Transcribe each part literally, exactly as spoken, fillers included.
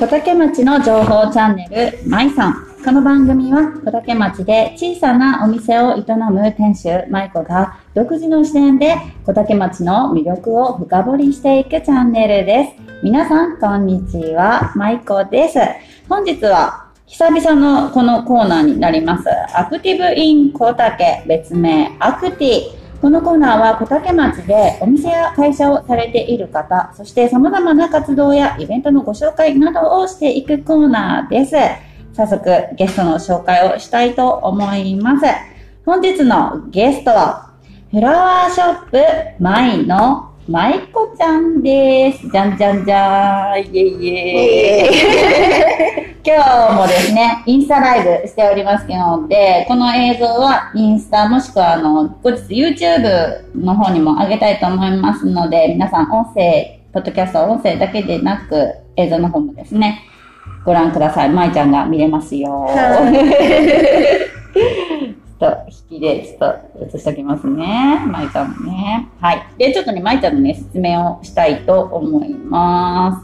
小竹町の情報チャンネル、まいさん。この番組は小竹町で小さなお店を営む店主、まいこが独自の視点で小竹町の魅力を深掘りしていくチャンネルです。皆さん、こんにちは。まいこです。本日は久々のこのコーナーになります。アクティブイン小竹、別名アクティ。このコーナーは小竹町でお店や会社をされている方、そして様々な活動やイベントのご紹介などをしていくコーナーです。早速ゲストの紹介をしたいと思います。本日のゲストはフラワーショップまいのまいこちゃんです。じゃんじゃんじゃーん、イエイエーイ。今日もですね、インスタライブしておりますので、この映像はインスタもしくはあの後日 YouTube の方にも上げたいと思いますので、皆さん音声、ポッドキャスト音声だけでなく映像の方もですね、ご覧ください。まいちゃんが見れますよ。ちょっと引きでちょっと映しておきますね。まいちゃんもね。はい。で、ちょっとね、まいちゃんのね、説明をしたいと思います。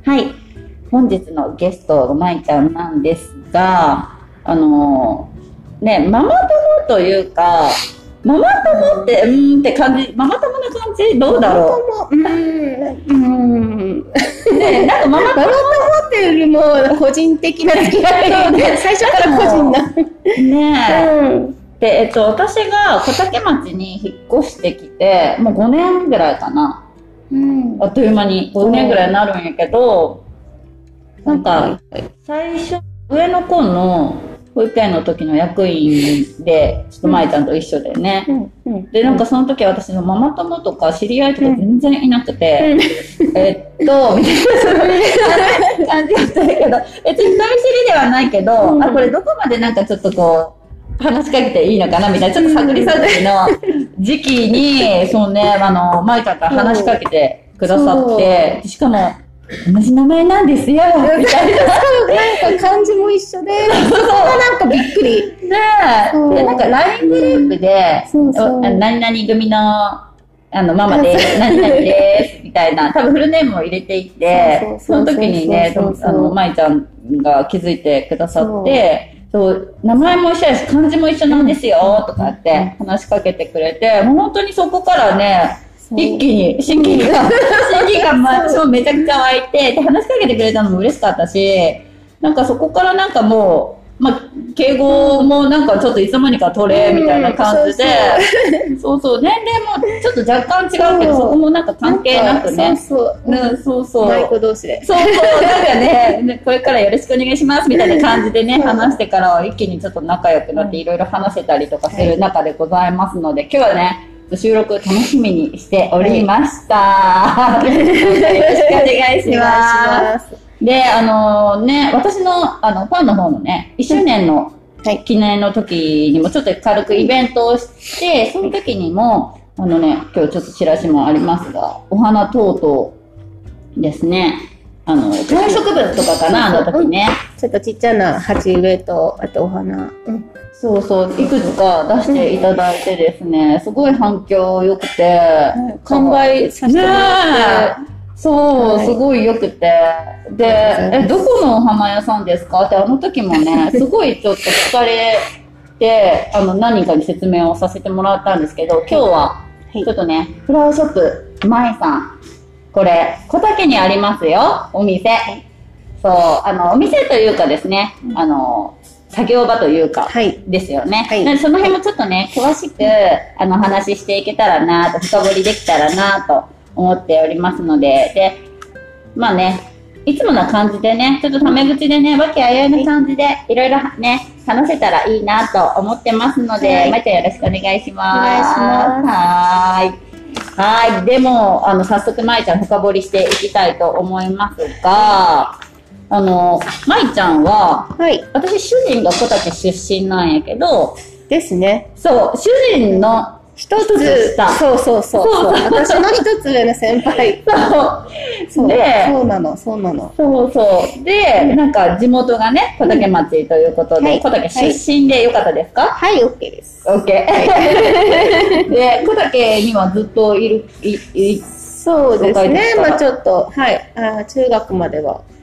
はい。本日のゲスト、まいちゃんなんですが、あのー、ね、ママ友というか、ママ友って、うーんって感じ、ママ友な感じどうだろう。 ママ友、うーん。 ね、なんかママ友ママ友っていうよりも個人的な付き合いで、最初から個人な。 ねえ。 うんで、えっと、私が小竹町に引っ越してきて、もうごねんぐらいかな。 うん、 あっという間にごねんぐらいになるんやけど、なんか、最初、上の子の保育園の時の役員で、ちょっとまいちゃんと一緒でね。 うんうん、 で、なんかその時私のママ友とか知り合いとか全然いなくて、うん、えっと、みたいな感じだったけど、別に人見知りではないけど、うん、あ、これどこまでなんかちょっとこう、話しかけていいのかなみたいな、ちょっと探り探りの時期に、そうね、あの、まいちゃんから話しかけてくださって、しかも、同じ名前なんですよ、みたいな。 なんか漢字も一緒で、そこがなんかびっくり。 ねえ。で、なんか ライン グループで、 そうそう何々組の、あの、ママです、何々です、みたいな、多分フルネームを入れていて、その時にね、あの、まいちゃんが気づいてくださって、そう、名前も一緒やし、漢字も一緒なんですよ、とかって話しかけてくれて、もう本当にそこからね、一気に、親近感、親近感も私もめちゃくちゃ湧いて、で、話しかけてくれたのも嬉しかったし、なんかそこからなんかもう、まあ、敬語もなんかちょっといつの間にか取れ、みたいな感じで、うん、そうそう、年齢もちょっと若干違うけど、そこもなんか関係なくね。 そうそう。 うん、そうそう。 マイコ同士で。 そうそう、なんかね、これからよろしくお願いします、みたいな感じでね、話してからは一気にちょっと仲良くなっていろいろ話せたりとかする中でございますので、今日はね、収録楽しみにしておりました。はい、よろしくお願いします。で、あのー、ね、私の、あの、ファンの方のね、いっしゅうねんの記念の時にもちょっと軽くイベントをして、その時にも、あのね、今日ちょっとチラシもありますが、お花等々ですね、あの、観植物とかかな、あの時ね。 ちょっとちっちゃな鉢植えと、あとお花。うん、 そうそう、いくつか出していただいてですね、すごい反響良くて、 完売させてもらって。 そう、はい、すごい良くて。で、え、どこのお花屋さんですかってあの時もね、すごいちょっと聞かれて、あの、何人かに説明をさせてもらったんですけど、今日は、ちょっとね、フラワーショップ、まいさん。これ、小竹にありますよ、お店。そう、あの、お店というかですね、あの、作業場というか、ですよね。はい、その辺もちょっとね、詳しく、あの、話していけたらなと、深掘りできたらなと思っておりますので、で、まあね、いつもの感じでね、ちょっとタメ口でね、和気あいあいな感じで、いろいろね、話せたらいいなと思ってますので、まいちゃんよろしくお願いします。お願いします。はーい。はい。でも、あの、早速まいちゃん深掘りしていきたいと思いますが、あの、まいちゃんは、はい。私、主人が小竹出身なんやけど、 ですね。 そう、主人の一つ下。そうそうそう。そう私の一つ上の先輩。そう。で、そうなの、そうなの。 そうそう。で、うん、なんか地元がね、小竹町ということで、はい、小竹出身でよかったですか？ はい、オッケーです。 オッケー。で、小竹にはずっといる、い、い、 そうですね。まあちょっと、はい。あ中学までは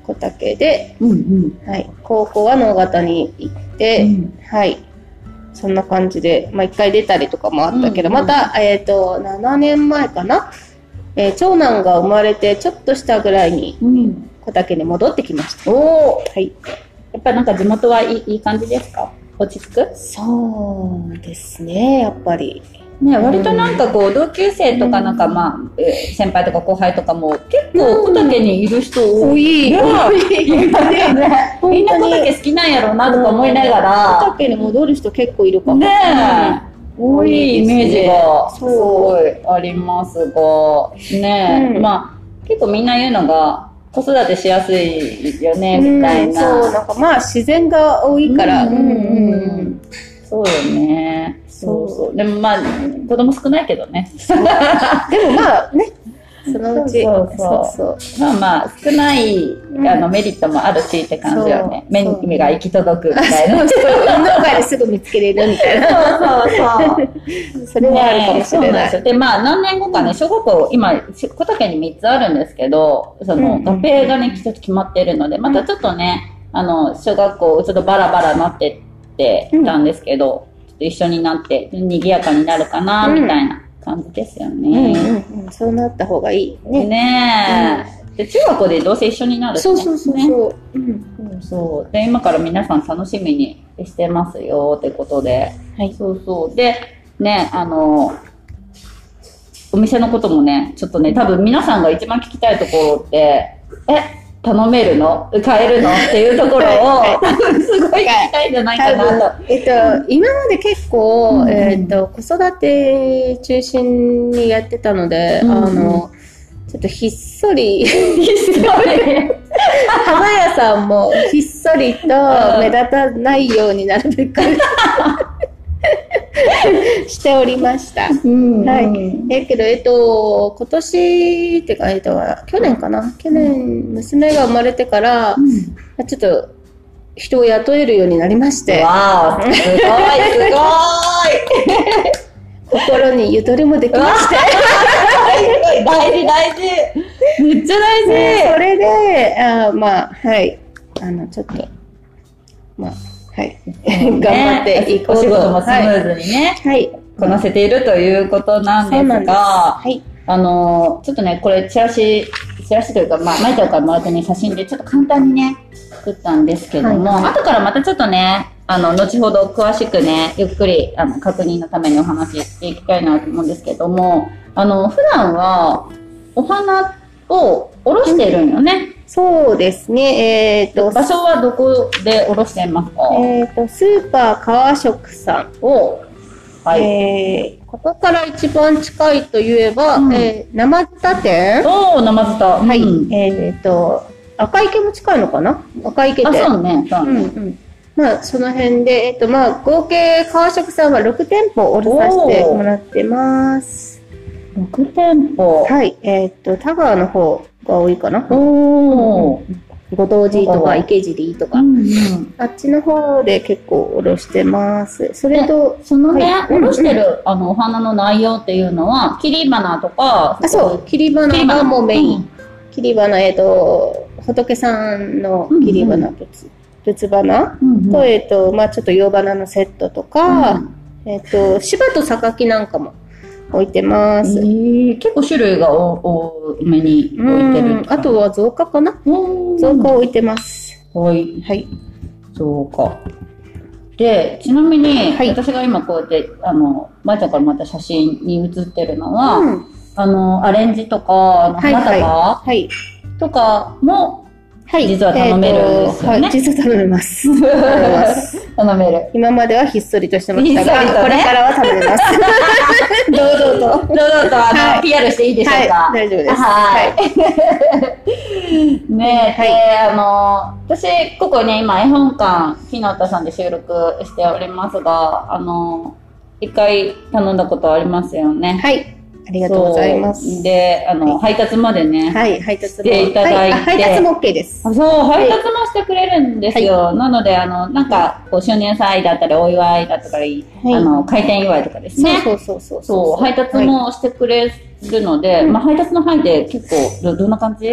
小竹で、 うんうん、 はい、高校は直方に行って、うん、はい、そんな感じで、まあ、いっかい出たりとかもあったけど、うんうん、また、えっと、ななねんまえかな、えー、長男が生まれてちょっとしたぐらいに小竹に戻ってきました。 おー、はい、やっぱりなんか地元はいい、いい感じですか？落ち着く？ そうですね、やっぱり。 ね、割となんかこう同級生とかなんかまあ、うん、先輩とか後輩とかも結構小竹にいる人多い。多い。みんな小竹好きなんやろうなとか思いながら。 小竹に戻る人結構いるかも。 ねえ。多いイメージがすごいありますが、ねえ、うん、まあ結構みんな言うのが子育てしやすいよねみたいな。 うん、そう、なんかまあ自然が多いから。うんうんうん、 そうよね。そうそう。でもまあ子供少ないけどね。 でもまあね、そのうち。 そうそうそう。まあまあ少ない、うん、あのメリットもあるしって感じよね。目にが行き届くみたいな。 そうそう。運動会ですぐ見つけれるみたいな。そうそうそう。それはあるかもしれない。ね、 そうでまあ何年後かね、小学校今小竹にみっつあるんですけど、その、うん、合併がねちょっと決まっているので、またちょっとね、あの小学校ちょっとバラバラなってってたんですけど。うん一緒になって賑やかになるかな、みたいな感じですよね。 うんうんうん、そうなった方がいいね。 ねえ、うん、で中学校でどうせ一緒になる、ね、 そうそうそうそう、 うん、そうそうで今から皆さん楽しみにしてますよってことで、はい、そうそうでねあのお店のこともねちょっとね多分皆さんが一番聞きたいところってえ頼めるの買えるのっていうところを、はいはい、すごい聞きたいんじゃないかなと。 えっと、今まで結構、うん、えっと、子育て中心にやってたので、うん、あの、ちょっとひっそり、ひっそり、花屋さんもひっそりと目立たないようになるべくしておりました。うんうん、はい。えけど、えっと、今年ってか、えっと、去年かな去年、娘が生まれてから、うん、ちょっと、人を雇えるようになりまして。 わー、すごい、すごい心にゆとりもできまして。 大事、大事。めっちゃ大事。 ね、それで、あまあ、はい。あの、ちょっと、まあ、はい。頑張っていこうと。 お仕事もスムーズにね、はい、こなせているということなんですが、はい、あの、ちょっとね、これ、チラシ、チラシというか、まあ、マイちゃんからもらったね、写真でちょっと簡単にね、作ったんですけども、はいはい、後からまたちょっとね、あの、後ほど詳しくね、ゆっくり、あの、確認のためにお話ししていきたいなと思うんですけども、あの、普段は、お花をおろしてるんよね。うんそうですね。えっ、ー、と、 場所はどこでおろしてますか？ えっ、ー、と、スーパー川食さんを、はい、えー、ここから一番近いといえば、うん、えー、生田店。 おー、生田。 はい。うん、えっ、ー、と、赤池も近いのかな？赤池店。 あ、そうね。そうね。うんうん。 まあ、その辺で、えっ、ー、と、まあ、合計川食さんはろくてんぽおろさせてもらってます。 ろくてんぽ。 はい。えっ、ー、と、田川の方が多いかな。 おー。 ご当寺とか池尻とか、うんうん、あっちの方で結構おろしてます。それと、 そのね、はい、おろしてる、うん、あのお花の内容っていうのは、切り花とか、 あ、そう、切り花がもうメイン。うん、切り花、えっ、ー、と、仏さんの切り花とつ、仏花、うんうん、と、えっ、ー、と、まあちょっと洋花のセットとか、うん、えっ、ー、と、柴と榊なんかも置いてます。えー、結構種類が多めに置いてる。 あとは造花かな？造花を置いてます。 はい。はい。造花。で、ちなみに、はい、私が今こうやって、あの、まーちゃんからまた写真に写ってるのは、うん、あの、アレンジとか、あの花束、はいはい、とかも、はい、実は頼めるんですよね。えーはい、 実は頼めます。 頼めます。頼める。 今まではひっそりとしてましたが、ね、これからは頼めます。堂々と。 堂々と、あの、はい、ピーアール していいでしょうか。 はい、大丈夫です。 はい。ねえ、はい、で、あの、私、ここね、今、絵本館、ひなたさんで収録しておりますが、あの、一回頼んだことありますよね。 はい。ありがとうございます。 で、あの、はい、配達までね、 はい、配達していただいて、はい、 配達も OK です。 そう、配達もしてくれるんですよ。はい、なので、あの、なんか、こう、周年祭だったり、お祝いだったり、はい、あの、開店祝いとかですね。 そうそうそうそう。そう、配達もしてくれるので、はい、まあ、配達の範囲で結構、ど、どんな感じ？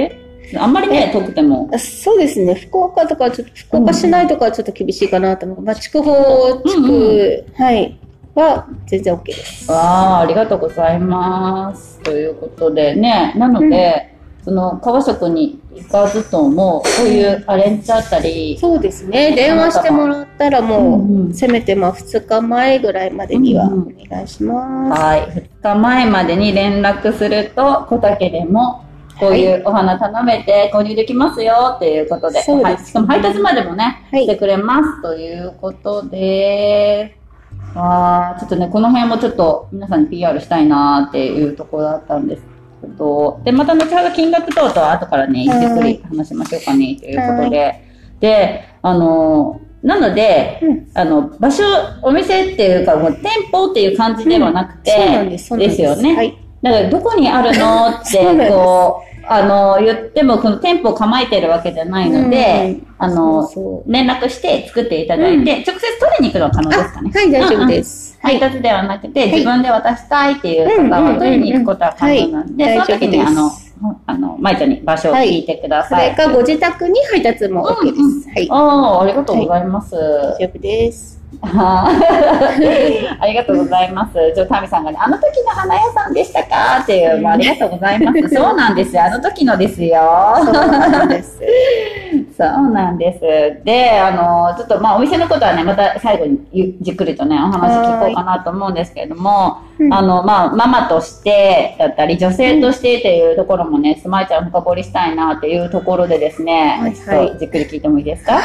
あんまりね、遠くても。 そうですね。福岡とか、ちょっと、福岡市内とかはちょっと厳しいかなと思う。まあ、筑豊地区、うんうん、はい、は全然 OK です。 わあ、ありがとうございます。ということでね、なので、うん、その、革職に行かずとも、こういうアレンジだったり。 そうですね。電話してもらったらもう、うんうん、せめてまあふつかまえぐらいまでにはお願いします。うんうん、 はい。ふつかまえまでに連絡すると、小竹でも、こういうお花頼めて購入できますよっていうことで、 はいはい、しかも配達までもね、はい、してくれますということで、あーちょっとね、この辺もちょっと皆さんに ピーアール したいなっていうところだったんですけど、で、また後ほど金額等々は後からね、じっくり話しましょうかねということで、で、あの、なので、うん、あの、場所、お店っていうか、もう店舗っていう感じではなくて、うん、そうなんです、そうなんです。ですよね。はい、だからどこにあるのって、こう、あの、言っても、この店舗を構えてるわけじゃないので、うん、あのそうそう、連絡して作っていただいて、うん、直接取りに行くのは可能ですかね。 はい、大丈夫です。 配達ではなくて、はい、自分で渡したいっていう方は取りに行くことは可能なんで、はい、その時に、あの、あの、まいちゃんに場所を聞いてください。 はい、それかご自宅に配達も OK です。うんうん、はい。 ああ、ありがとうございます。 はい、大丈夫です。 ありがとうございます。ちょっとタミさんがね、あの時の花屋さんでしたかっていう、もうありがとうございます。そうなんですよ。あの時のですよ。 そうなんです。 そうなんです。で、あの、ちょっとまあお店のことはね、また最後にじっくりとね、お話聞こうかなと思うんですけれども、あの、まあママとしてだったり、女性としてっていうところもね、スマイちゃん深掘りしたいなっていうところでですね、はいはい、ちょっとじっくり聞いてもいいですか？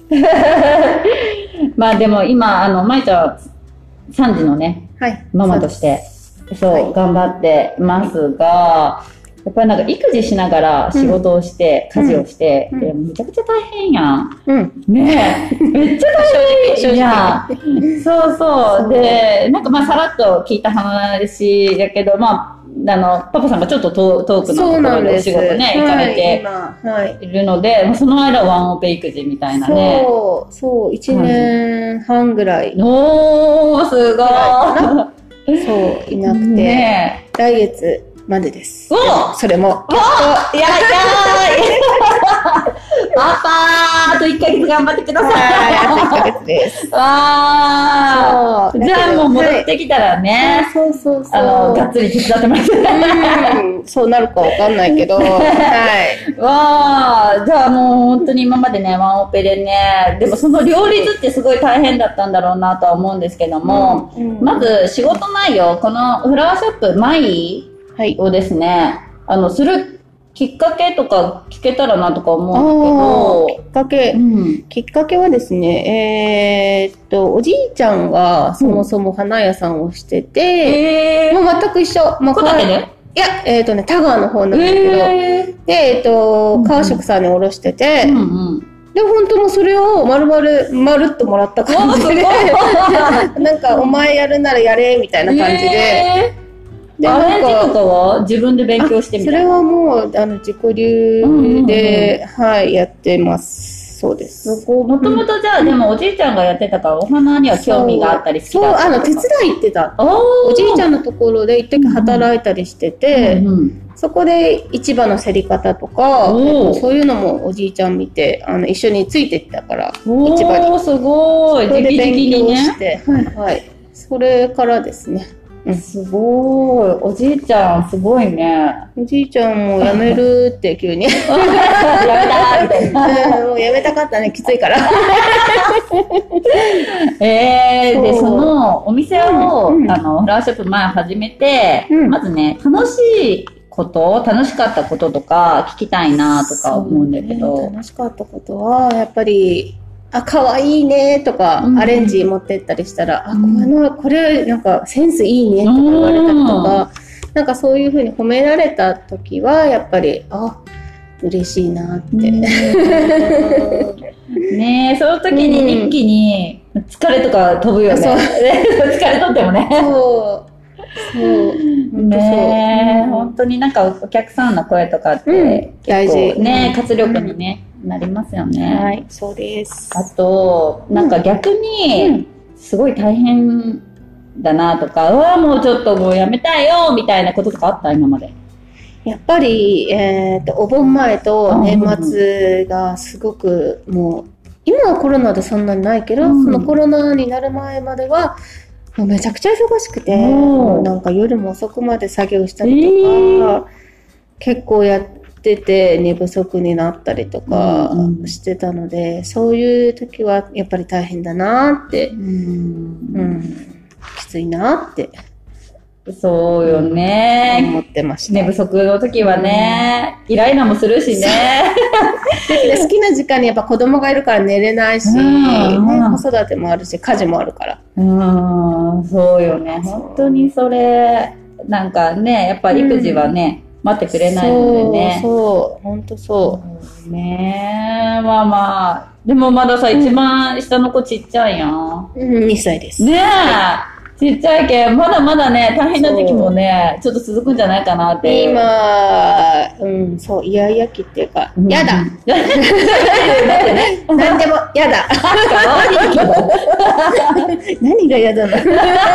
まあでも今、あの、まいちゃんはさんじのね、はい、ママとして、そう、はい、頑張ってますが、やっぱりなんか育児しながら仕事をして、うん、家事をして、うん、でめちゃくちゃ大変やん。うん、ねえ、めっちゃ大変やん。そうそう。で、なんかまあさらっと聞いた話やけど、まあ、あの、パパさんがちょっと遠遠くのところでお仕事ね、行かれているので、その間ワンオペ育児みたいなね。 そう、そう、いちねんはんぐらい。 おー、すごい。 そう、いなくて、ね、来月までです。 おそれも。 おいやいやパパーあといっかげつ頑張ってください。 あといっかげつです。 わー。じゃあもう戻ってきたらね。 そうそうそう。 あの、がっつり手伝ってもらって。 うん。そうなるかわかんないけど。はい。 わー。じゃあもう本当に今までね、ワンオペでね、でもその両立ってすごい大変だったんだろうなとは思うんですけども、うんうん、まず仕事内容、このフラワーショップ、マイをですね、あの、するきっかけとか聞けたらなとか思うんですけど。 きっかけ、うん、きっかけはですね、えー、っと、おじいちゃんがそもそも花屋さんをしてて、うん、もう全く一緒。まあ、 小竹で？ いや、えー、っとね、田川の方なんですけど、えー、で、えー、っと、川食さんにおろしてて、うんうん、で、本当もそれを丸々、まるっともらった感じで、なんか、お前やるならやれ、みたいな感じで、えーでアレンジとかは自分で勉強してみたいな。 それはもうあの自己流で、うんうんうん、はいやってます。そうです。 もともとじゃあ、うん、でもおじいちゃんがやってたからお花には興味があったり好きだった。 そう、あの手伝い行ってた。おじいちゃんのところで一時働いたりしてて、うんうん、そこで市場の競り方とか、そういうのもおじいちゃん見てあの一緒についてったから市場に。 おーすごい。 それで勉強して、はいはい。それからですね。 すごい。おじいちゃん、すごいね。 おじいちゃんも辞めるって急に。 辞めたみたいな。 もう辞めたかったね、きついから。 えー、で、そのお店を、うん、あの、フラワーショップ前始めて、うん、まずね、楽しいこと、楽しかったこととか聞きたいなとか思うんだけど。 ね、楽しかったことは、やっぱり、あ、可愛いねとか、うん、アレンジ持ってったりしたら、うん、あ、この、これ、なんか、センスいいねとか言われたりとか、なんかそういうふうに褒められた時は、やっぱり、あ、嬉しいなって。 ねえ、その時に一気に疲れとか飛ぶよね。そう。疲れとってもね。 そう。そうねえ、本当になんかお客さんの声とかって、うん、大事ね、活力にね、うん、なりますよね。 はい、そうです。 あと、なんか逆に、すごい大変だなとか、うん、うわ、もうちょっともうやめたいよ、みたいなこととかあった今まで。 やっぱり、えーと、お盆前と年末がすごくもう、今はコロナでそんなにないけど、うん、そのコロナになる前までは、もうめちゃくちゃ忙しくて、もうなんか夜も遅くまで作業したりとか、えー、結構やってて寝不足になったりとかしてたので、うん、そういう時はやっぱり大変だなって、うんうん、きついなって。 そうよね。 思ってました。 寝不足の時はね、うん、イライラもするしね。 好きな時間にやっぱ子供がいるから寝れないし、うんね、子育てもあるし、家事もあるから。 うん、そうよね。本当にそれ、なんかね、やっぱ育児はね、うん、待ってくれないのでね。 そう、そう、本当そう。 ねえ、まあまあ。でもまださ、うん、一番下の子ちっちゃいやん。 うん、にさいです。 ねえ。ちっちゃいけん、まだまだね、大変な時期もね、ちょっと続くんじゃないかなって。 今、うん、そう、イヤイヤ期っていうか、うん、やだ何でもやだ何がやだの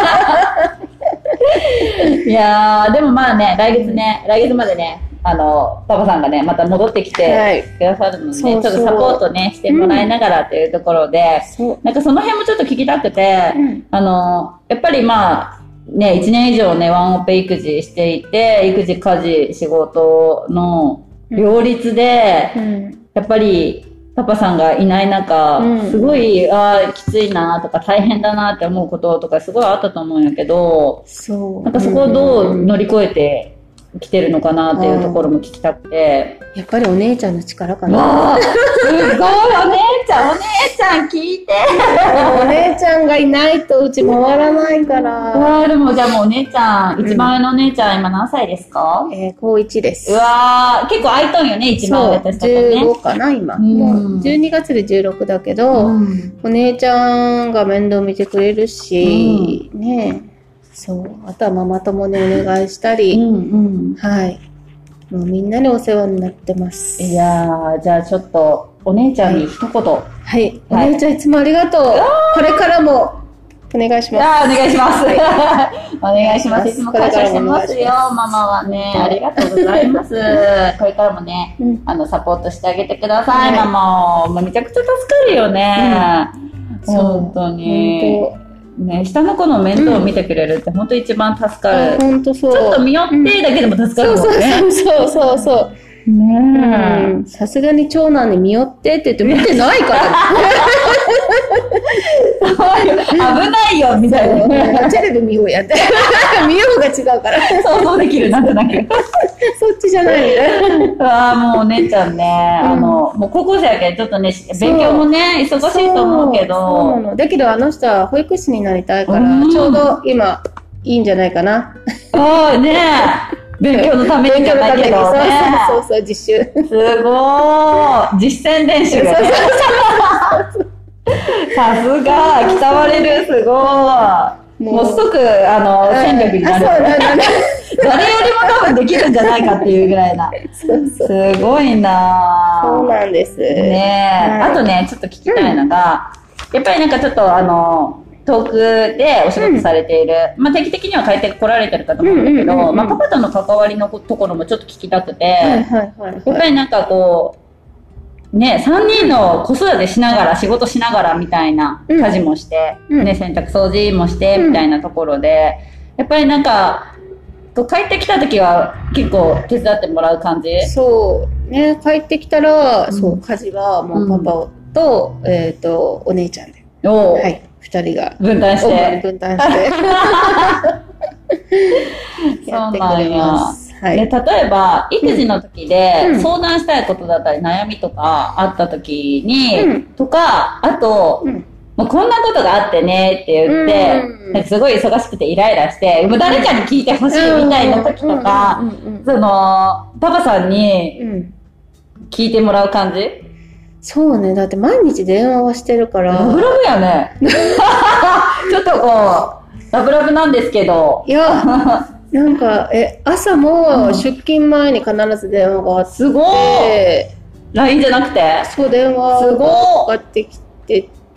いやー、でもまあね、来月ね、来月までね、あの、パパさんがね、また戻ってきてくださるので、ね、はい、ちょっとサポートね、してもらいながらっていうところで、うん、なんかその辺もちょっと聞きたくて、うん、あの、やっぱりまあ、ね、いちねん以上ね、ワンオペ育児していて、育児、家事、仕事の両立で、うん、やっぱり、パパさんがいない中、うん、すごい、ああ、きついなとか大変だなって思うこととかすごいあったと思うんやけど、そう。なんかそこをどう乗り越えてきてるのかなっていうところも聞きたくて。 やっぱりお姉ちゃんの力かな。 すごい、お姉ちゃん、お姉ちゃん聞いて。 お姉ちゃんがいないとうち回らないから。 でもじゃあもうお姉ちゃん、一番上のお姉ちゃん今何歳ですか？ えー、高いちです。 うわー、結構空いとんよね、一番上としたらね。 じゅうごかな、今。うん、もうじゅうにがつでじゅうろくだけど、うん、お姉ちゃんが面倒見てくれるし、うん、ねそう。あとはママ友にお願いしたり、うんうん、はい。もうみんなにお世話になってます。 いやー、じゃあちょっとお姉ちゃんに一言。はい。はい、お姉ちゃんいつもありがとう。これからもお願いします。 あお願いします。はい、お願いします。いつも感謝してますよ、ママはね。ありがとうございます。これからもね、うん、あの、サポートしてあげてください、はい、ママを。もうめちゃくちゃ助かるよね。うん、本当に。ね、下の子の面倒を見てくれるって本当一番助かる。 本当そう。 ちょっと見よってだけでも助かるもんね。 そうそうそうそう。ねえ。さすがに長男に見よってって言って見てないから。 危ないよみたいな。 テレビ見ようやって。見ようが違うから。 想像できるなんとなく。 そっちじゃないみたいな。 ああもうお姉ちゃんね、あのもう高校生やけどちょっとね勉強もね忙しいと思うけど。 そうなの。だけどあの人は保育士になりたいからちょうど今いいんじゃないかな。 ああねえ。勉強のためにじゃないけどね。 そうそうそう、実習。 すごー。実践練習がね。さすが、鍛われる、すごい。もう即、あの、戦力になる。誰よりも多分できるんじゃないかっていうぐらいな。すごいなそうなんです。 ねえ。あとね、ちょっと聞きたいのが、やっぱりなんかちょっとあの、遠くでお仕事されている、うん、まあ定期的には帰ってこられてるかと思うんだけど、うんうんうんうん、まあパパとの関わりのところもちょっと聞きたくて、はいはいはいはい、やっぱりなんかこう、ね、さんにんの子育てしながら、仕事しながらみたいな、家事もして、うん、ね、洗濯掃除もして、みたいなところで、やっぱりなんか、帰ってきた時は結構手伝ってもらう感じ？ そうね、帰ってきたら、うん、そう家事はもうパパと、うん、えっとお姉ちゃんで、 おはい。二人が分担して分担してやってくれます。はい、で例えば育児の時で相談したいことだったり、うん、悩みとかあった時に、うん、とかあと、うん、もうこんなことがあってねって言って、うん、なんかすごい忙しくてイライラして、もう誰かに聞いてほしいみたいな時とか、そのパパさんに聞いてもらう感じ？ そうね。だって毎日電話はしてるから。 ラブラブやね。ちょっとこう、ラブラブなんですけど。 いや、なんか、え、朝も出勤前に必ず電話があって。 すごい !ライン じゃなくてそう、電話がかかってきて、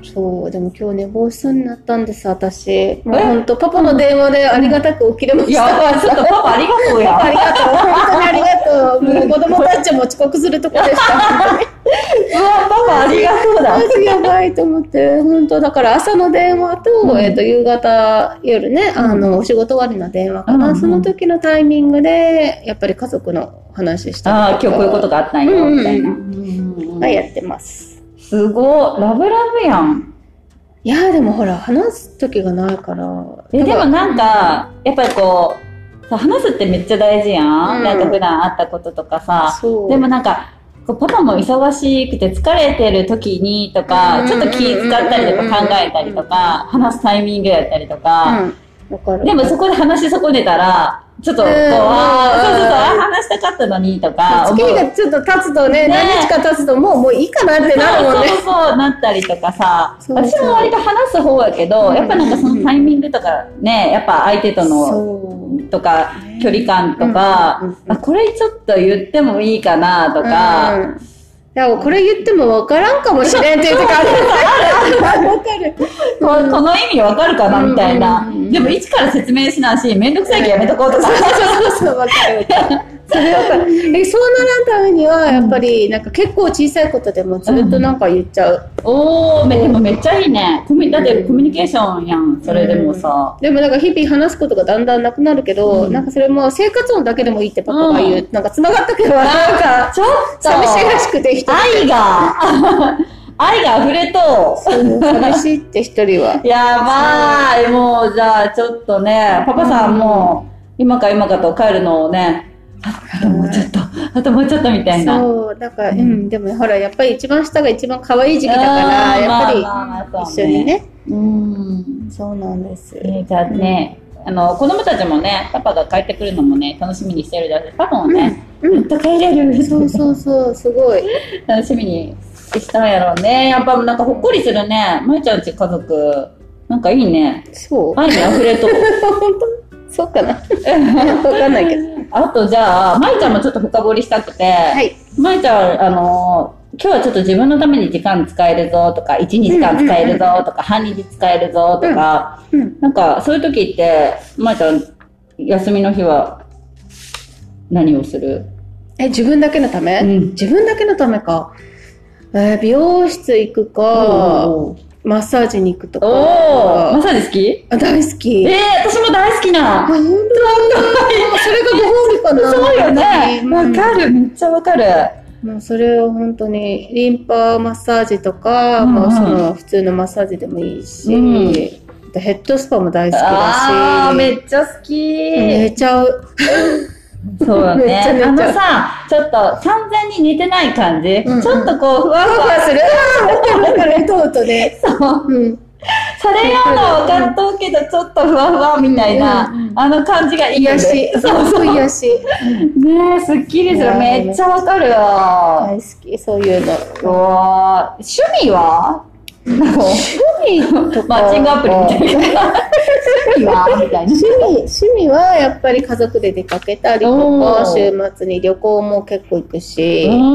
そう、でも今日寝坊しそうになったんです、私。もう本当パパの電話でありがたく起きれました。 いや、ちょっとパパありがとうや。 ありがとう。本当にありがとう。もう子供たちも遅刻するとこでした。 うわ、パパありがとうだ。 マジやばいと思って、本当だから朝の電話と、うん、えっと、夕方、夜ね、あの、お仕事終わりの電話かな、うんうん、その時のタイミングで、やっぱり家族の話したりとか。 ああ、今日こういうことがあったんよ、みたいな。 がやってます。 すごい、ラブラブやん。 いやでもほら、話す時がないから。 え、でもなんか、やっぱりこう、さ、話すってめっちゃ大事やん。うん、なんか普段会ったこととかさ。でもなんか、こうパパも忙しくて疲れてる時にとか、ちょっと気使ったりとか考えたりとか、話すタイミングやったりとか、うん、かるでもそこで話し損ねたら、ちょっとこう、あそうそうそう、話したかったのにとか。 月がちょっと経つとね、ね何日か経つともう、もういいかなってなるもんね。 そうそうそう、なったりとかさ、そうそう私も割と話す方やけど、やっぱなんかそのタイミングとかね、やっぱ相手との、とか、距離感とか、あ、これちょっと言ってもいいかなとか、うんいや、これ言っても分からんかもしれんっていう時ある。ある。分かる。 こ, この意味分かるかなみたいな。でも一から説明しないし、めんどくさいけどやめとこうとか。 そうそうそう、分かる。それ分かる。え、そうならんためには、やっぱり、なんか結構小さいことでもずっとなんか言っちゃう。 うん、おー、でもめっちゃいいね。コミだってコミュニケーションやん、それでもさ。 うん、でもなんか日々話すことがだんだんなくなるけど、うん、なんかそれも生活音だけでもいいってパパが言う。うん、なんか繋がったけど、なんか、ちょっと寂しいらしくて一人愛が愛が溢れと寂しいって一人はやばい。もうじゃあちょっとねパパさんも今か今かと帰るのをねあともうちょっとあともうちょっとみたいな。 そうだから、うん、うん、でもほらやっぱり一番下が一番可愛い時期だからやっぱり、まあまあ一緒にね、うんそうなんです、 えー、じゃあね、うん、あの子供たちもねパパが帰ってくるのもね楽しみにしてるだろうしパパもね、うん、やっと帰れるそうそうそうすごい楽しみにしたんやろうね。やっぱなんかほっこりするね。まいちゃんち家族なんかいいね。 そう愛に溢れと本当そうかなわかんないけどあとじゃあまいちゃんもちょっと深掘りしたくて、はい、まいちゃんあの今日はちょっと自分のために時間使えるぞとかいちにちかん使えるぞとか半日使えるぞとか、うんうん、なんかそういう時ってまいちゃん休みの日は何をする？ え自分だけのため、うん、自分だけのためか、えー、美容室行くかマッサージに行くとか。 おーマッサージ好き？ あ大好き。 えー、私も大好きな。 あ、本当？それがご褒美かな。 そうよね。わ、うん、かる。めっちゃわかる。 もうそれを本当にリンパマッサージとか、うんうん、もうその普通のマッサージでもいいし、うん、ヘッドスパも大好きだし。 あーめっちゃ好き。 寝ちゃう。 そうだね。あのさ、ちょっと完全に寝てない感じ、うんうん、ちょっとこうふわふわする。 わかるわかる、とうとね。 そう。うん。それ用の分かっとうけど、ちょっとふわふわみたいな、うんうん、あの感じがいいよね。 癒し。そうそう、癒し。 ねえ、すっきりする。めっちゃわかるわ。 大好き、そういうの。 うわ趣味は趣味とか。 マッチングアプリみたいな。趣味はみたいな。 趣味、趣味はやっぱり家族で出かけたりとか、週末に旅行も結構行くし。 うん。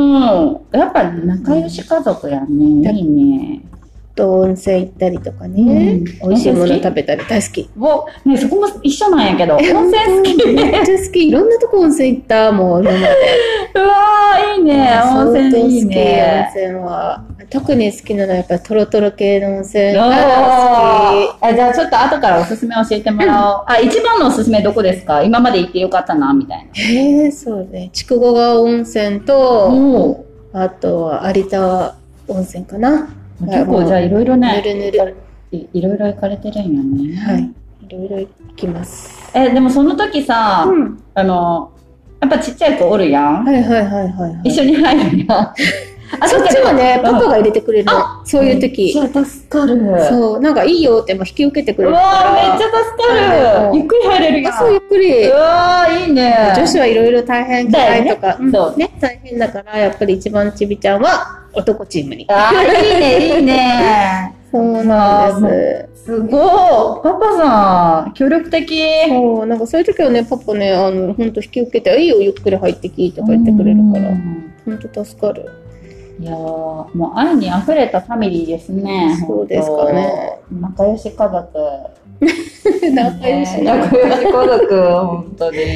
やっぱ仲良し家族やね。うん、いいね。 と温泉行ったりとかね、うん、美味しいもの食べたり大好き。 もうねそこも一緒なんやけど、温泉好き。 めっちゃ好き。いろんなとこ温泉行ったもう今まで。 うわーいいね。温泉いいね。 温泉は特に好きなのはやっぱりトロトロ系の温泉が好き。 あじゃあちょっと後からおすすめ教えてもらおう。あ一番のおすすめどこですか？今まで行ってよかったなみたいな。 へえそうね。筑後川温泉とあとは有田温泉かな。 結構じゃあいろいろね、 ぬるぬるい, いろいろ行かれてるんよね。 はい。いろいろ行きます。 え、でもその時さ、うん、あの、やっぱちっちゃい子おるやん。 はいはいはいはい、はい。 一緒に入るやん。あ、 そっちはね、パパが入れてくれるの。そういう時。 めっちゃ助かる。 そう、なんかいいよっても引き受けてくれるから。 うわーめっちゃ助かる。ゆっくり入れるやん。 あ、そうゆっくり。 うわーいいね。 女子はいろいろ大変嫌いとか、ね、そうね、大変だから、やっぱり一番ちびちゃんは男チームに。 あーいいね、いいね。 そうなんです。 すごい。パパさん、協力的。 そう、なんかそういう時はね、パパね、あの、ほんと引き受けて、いいよ、ゆっくり入ってきとか言ってくれるから、ほんと助かる。 いやー、もう愛に溢れたファミリーですね。 そうですかね。 仲良し家族。 仲良しな。 仲良し家族、本当に。 はい。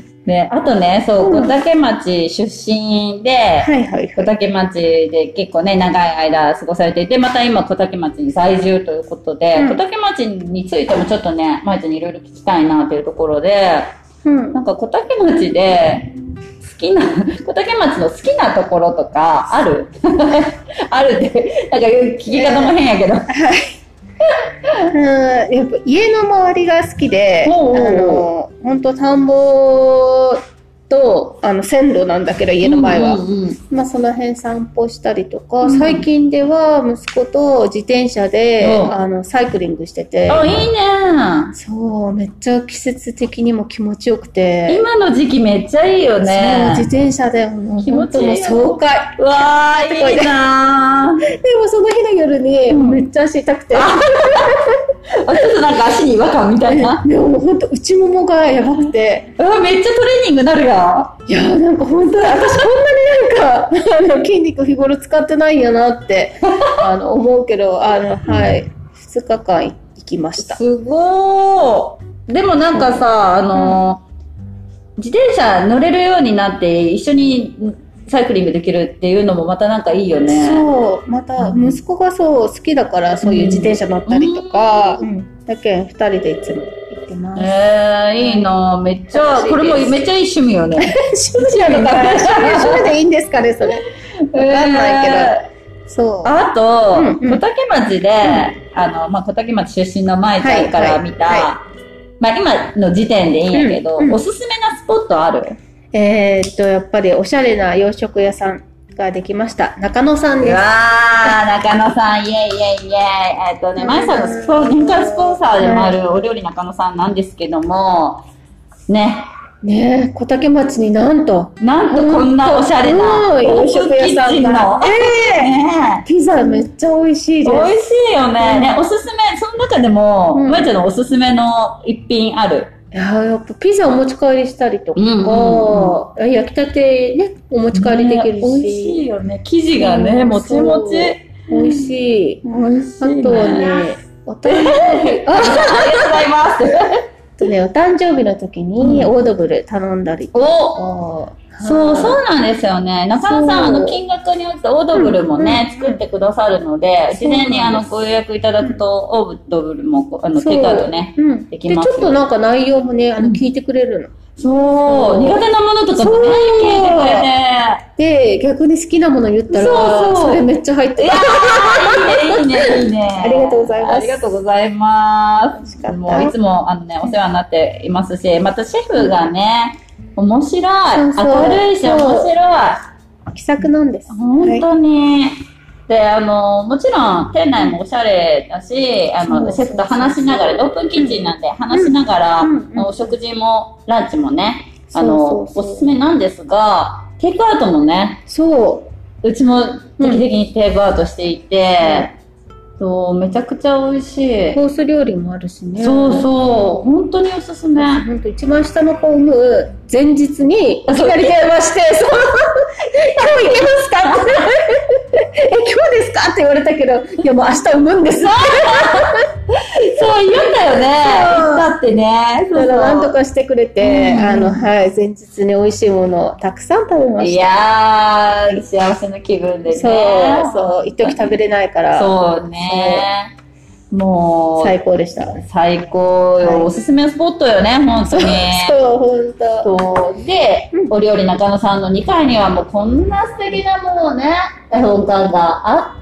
で、あとね、そう、 うん小竹町出身で、 はいはいはい。 小竹町で結構ね、長い間過ごされていて、また今小竹町に在住ということで、 うん小竹町についてもちょっとね、まいちゃんにいろいろ聞きたいなというところで、 うん。 なんか小竹町で好きな、小竹町の好きなところとかあるあるって、なんか聞き方も変やけど。 うん、やっぱ家の周りが好きで、 おうおうおうあの、本当田んぼと、あの、線路なんだけど、家の前は。 うんうんうん、 まあ、その辺散歩したりとか、 うん最近では息子と自転車で、 うんあの、サイクリングしてて。 あ、いいね。 そう、めっちゃ季節的にも気持ちよくて。 今の時期めっちゃいいよそう、 ね。 自転車でもう気持ちいいよ本当もう爽快。 うわー、いいなー。 でもその日の夜に、 うんめっちゃ足痛くて。 あ、ちょっとなんか足に違和感みたいな。 でももう本当内ももがやばくて。 うわ、めっちゃトレーニングなるやいやーなんか本当に私こんなになんかあの筋肉日頃使ってないんやなってあの思うけど、あのはいふつかかん行きました。 すごー。でもなんかさ、あのー、自転車乗れるようになって一緒にサイクリングできるっていうのもまたなんかいいよね。 そうまた息子がそう好きだからそういう自転車乗ったりとか、うんうん、だけんふたりでいつも行ってます。 えー、いいな。めっちゃこれもめっちゃいい趣味よね。 趣味なのかな趣味でいいんですかねそれ。わかんないけど。えーそうあと、 うんうん、 小竹町で、うん、あの、まあ、小竹町出身の舞ちゃんから見た、はいはいはい、まあ、今の時点でいいんやけど、うんうん、おすすめなスポットある？ えー、っと、やっぱりおしゃれな洋食屋さんができました。中野さんです。 うわー、中野さん、イェイイェイイェイ。えー、っとね、舞さんのスポ年間スポンサーでもあるお料理中野さんなんですけども、ね。 ねえ、小竹町になんと。 なんとこんなおしゃれな洋食屋さんが。 えーね、 ピザめっちゃ美味しいです。 美味しいよね。うん、ね、おすすめ、その中でも、まいちゃんのおすすめの一品ある？ いややっぱピザお持ち帰りしたりとか、うんうんうん、焼きたてね、お持ち帰りできるし。ね、美味しいよね。生地がね、もちもち。 美味しい。 美味しい、ね。 あとはね、お誕生日。 ありがとうございます。 とね、お誕生日の時にオードブル頼んだりとか、 うん、そう、そうなんですよね。中野さん、あの、金額に応じてオードブルもね、うん、作ってくださるので、事前にあの、ご予約いただくと、オードブルも、あの、テイクアウトね、うん、できますよ。 で、ちょっとなんか内容もね、あの、聞いてくれるの。 そう、苦手なものとかもね、聞いてくれて。で、逆に好きなもの言ったら、そうそうそれめっちゃ入ってる。 いいね、いいね、いいね。 ありがとうございます。 ありがとうございます。もういつも、あのね、お世話になっていますし、またシェフがね、面白い。そうそう明るいし、面白い。 気さくなんです。 本当に。はいで、あの、もちろん、店内もおしゃれだし、あの、シェフと話しながら、オープンキッチンなんで話しながら、うんうん、お食事も、ランチもね、あの、そうそうそうおすすめなんですが、テイクアウトもね、 そう。 うちも定期的にテイクアウトしていて、うん、そう、めちゃくちゃ美味しい。 コース料理もあるしね。 そうそう、本当におすすめ。 本当一番下の子を産む前日に、いきなり電話して、そう、今日行けますかって。え、今日ですかって言われたけど、いやもう明日産むんです。そう言うんだよね。だってね。 そうそうだからなんとかしてくれて、うん、あの、はい、前日に美味しいものをたくさん食べました。 いやー、幸せな気分でね。 そう、そう、一時食べれないから。 そうね。もう、 最高でした。 最高よ。はい、おすすめスポットよね、本当に。 そう、本当。 そう。で、うん、お料理中野さんのにかいにはもうこんな素敵なものね、絵本館があって、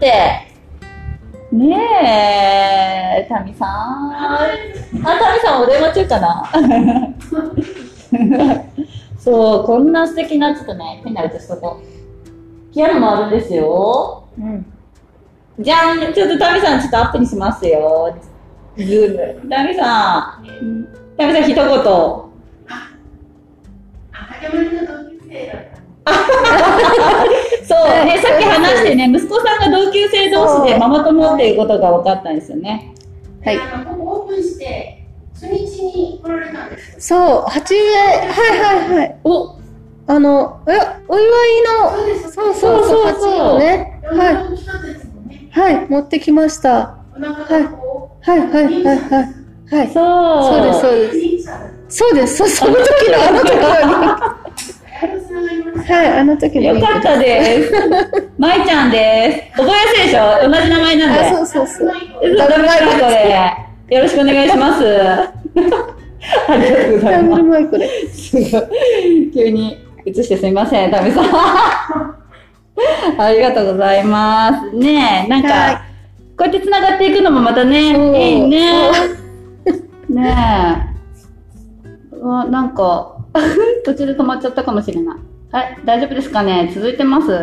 ねえ、タミさん。あ、タミさんお電話中かなそう、こんな素敵な、ちょっとね、変な写しとこう。ピアノもあるんですよ。うん。じゃん、ちょっとタミさんちょっとアップにしますよ。ズーム。タミさん。タミさん一言。あ、竹丸の同級生だった。そうね、さっき話してね、息子さんが同級生同士でママ友っていうことが分かったんですよね。 はい。あの、ここオープンして、初日に来られたんですよ。 そう、はちめ、はいはいはい。 お、 あの、え、お祝いの、そうそうそう、鉢をね、はい。はい、持ってきました。はい。はい、はい、はい、はい。はい。 そう。 そうです、そうです。そうです、そその時のあの時のはい、あの時のよかったです。まいちゃんです。覚えやすいでしょ、同じ名前なんで。 あ、そうそうそう。 ダブルマイクで。よろしくお願いします。ありがとうございます。 ダブルマイクで。 すごい。急に映してすみません、タミさん。ありがとうございます。ねえ、なんか、はい、こうやって繋がっていくのもまたね、いいね。ねえ。うわ、なんか、途中で止まっちゃったかもしれない。はい、大丈夫ですかね、続いてます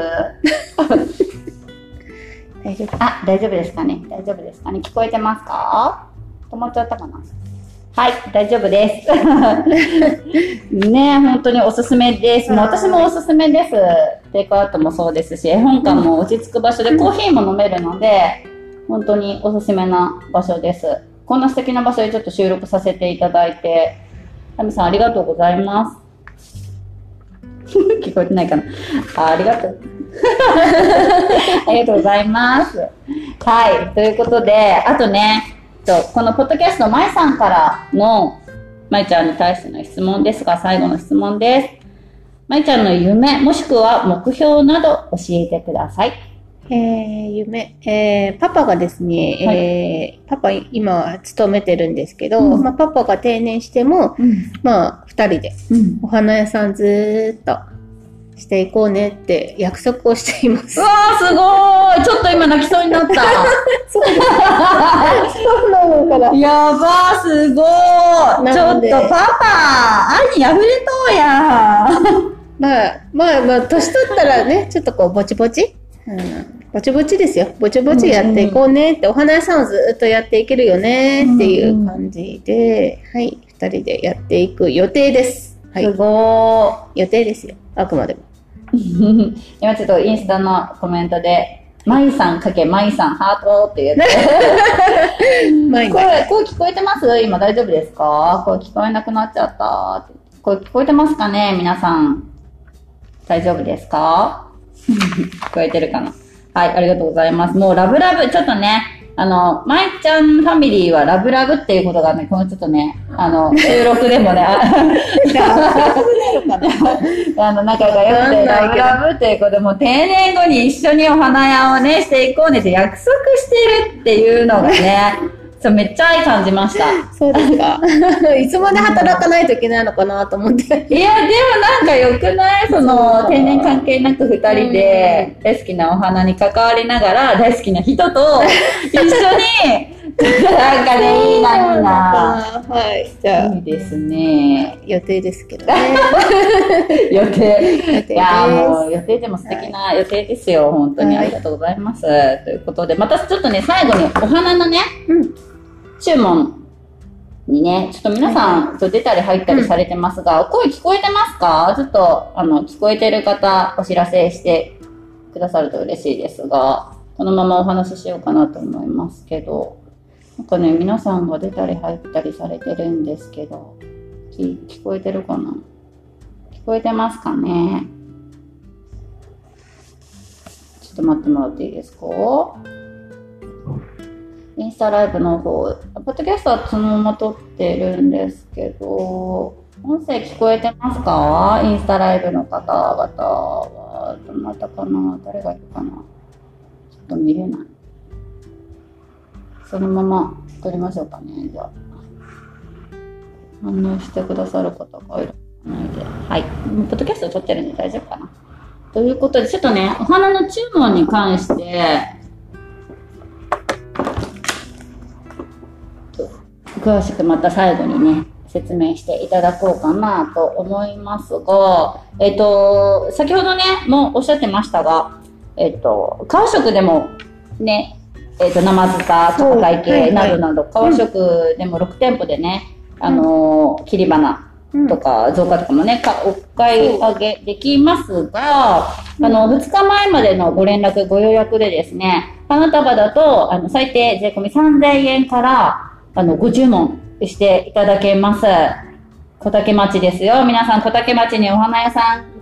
大丈夫。あ、大丈夫ですかね、大丈夫ですかね、聞こえてますか？止まっちゃったかな。はい、大丈夫です。ねえ、本当におすすめです。もう私もおすすめです。テイクアウトもそうですし、絵本館も落ち着く場所でコーヒーも飲めるので、本当におすすめな場所です。こんな素敵な場所でちょっと収録させていただいて、タミさんありがとうございます。聞こえてないかな。あ、ありがとう。ありがとうございます。はい、ということで、あとね、このポッドキャスト、まいさんからの、まいちゃんに対しての質問ですが、最後の質問です。まいちゃんの夢、もしくは目標など教えてください。 えー、夢、えー、パパがですね、はい、えー、パパ今勤めてるんですけど、うん、まあ、パパが定年しても、うん、まあ二人でお花屋さんずーっとしていこうねって約束をしています。 うわー、すごーい。ちょっと今泣きそうになった。 そうです。そうなのかな。 やばー、すごー。ちょっとパパ、愛に溢れとうやん。 まあ、まあまあ、年取ったらね、ちょっとこう、ぼちぼち。うん、ぼちぼちですよ。ぼちぼちやっていこうねって、うんうん、お花屋さんをずっとやっていけるよねっていう感じで、うんうん、はい、二人でやっていく予定です。はい。 すごー。予定ですよ。あくまでも。 今ちょっとインスタのコメントで、まいさんかけまいさんハートって言って。声、声聞こえてます？今大丈夫ですか？声聞こえなくなっちゃった。声聞こえてますかね？皆さん。大丈夫ですか？聞こえてるかな？はい、ありがとうございます。もうラブラブ、ちょっとね、あの、まいちゃんファミリーはラブラブっていうことがね、このちょっとね、あの、収録でもね、あの、仲が良くてラブラブっていうことで、もう定年後に一緒にお花屋をね、していこうねって約束してるっていうのがね、そう、めっちゃ愛感じました。 そうですか。いつまで働かないといけないのかなと思って。いや、 でもなんか良くない？その、定年関係なく二人で大好きなお花に関わりながら、大好きな人と一緒に、なんかね、いいな、いいな。 はい。じゃあ。 いいですね。 予定ですけどね。 予定。いや、もう予定でも素敵な予定ですよ。本当にありがとうございます。ということで、またちょっとね、最後にお花のね、うん注文にね、ちょっと皆さんと出たり入ったりされてますが、うん、声聞こえてますか？ちょっと、あの、聞こえてる方、お知らせしてくださると嬉しいですが、このままお話ししようかなと思いますけど、なんかね、皆さんが出たり入ったりされてるんですけど、聞、聞こえてるかな？聞こえてますかね？ちょっと待ってもらっていいですか？インスタライブの方、ポッドキャストはそのまま撮ってるんですけど、音声聞こえてますか？インスタライブの方々は、どなたかな？誰がいるかな？ちょっと見れない。そのまま撮りましょうかね、じゃあ。反応してくださる方がいるので、はい。ポッドキャスト撮ってるんで大丈夫かな？ということで、ちょっとね、お花の注文に関して、詳しくまた最後にね、説明していただこうかなと思いますが、えっと、先ほどね、もうおっしゃってましたが、えっと、革食でもね、えっと、生塚とか会計などなど、革食でもろく店舗でね、あの、切り花とか増加とかもね、お買い上げできますが、あの、ふつかまえまでのご連絡、ご予約でですね、花束だと、あの、最低税込みさんぜんえんから、あの、ご注文していただけます。小竹町ですよ。皆さん、小竹町にお花屋さん、